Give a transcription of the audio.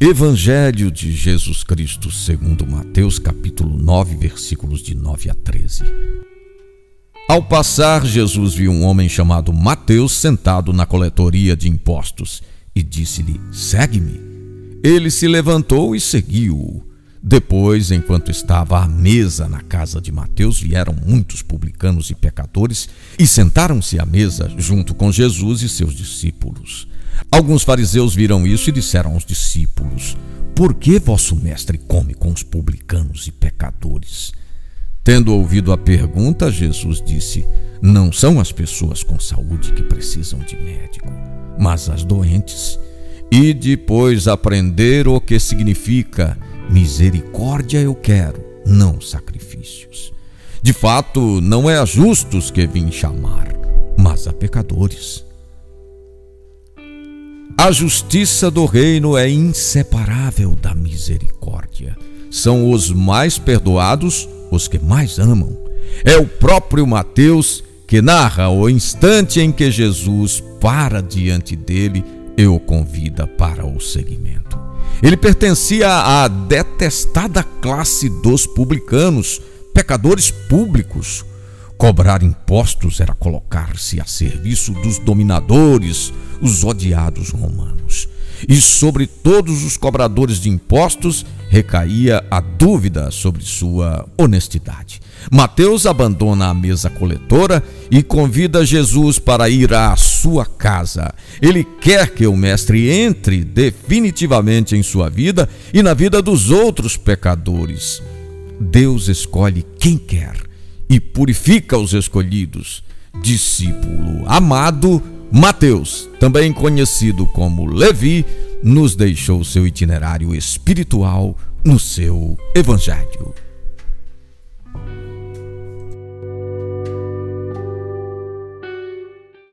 Evangelho de Jesus Cristo segundo Mateus, capítulo 9, versículos de 9 a 13. Ao passar, Jesus viu um homem chamado Mateus sentado na coletoria de impostos e disse-lhe: "Segue-me." Ele se levantou e seguiu-o. Depois, enquanto estava à mesa na casa de Mateus, vieram muitos publicanos e pecadores e sentaram-se à mesa junto com Jesus e seus discípulos. Alguns fariseus viram isso e disseram aos discípulos: "Por que vosso mestre come com os publicanos e pecadores?" Tendo ouvido a pergunta, Jesus disse: "Não são as pessoas com saúde que precisam de médico, mas as doentes. E depois aprender o que significa misericórdia eu quero, não sacrifícios. De fato, não é a justos que vim chamar, mas a pecadores." A justiça do reino é inseparável da misericórdia. São os mais perdoados os que mais amam. É o próprio Mateus que narra o instante em que Jesus para diante dele e o convida para o seguimento. Ele pertencia à detestada classe dos publicanos, pecadores públicos. Cobrar impostos era colocar-se a serviço dos dominadores, os odiados romanos. E sobre todos os cobradores de impostos recaía a dúvida sobre sua honestidade. Mateus abandona a mesa coletora e convida Jesus para ir à sua casa. Ele quer que o mestre entre definitivamente em sua vida e na vida dos outros pecadores. Deus escolhe quem quer e purifica os escolhidos. Discípulo amado, Mateus, também conhecido como Levi, nos deixou seu itinerário espiritual no seu Evangelho.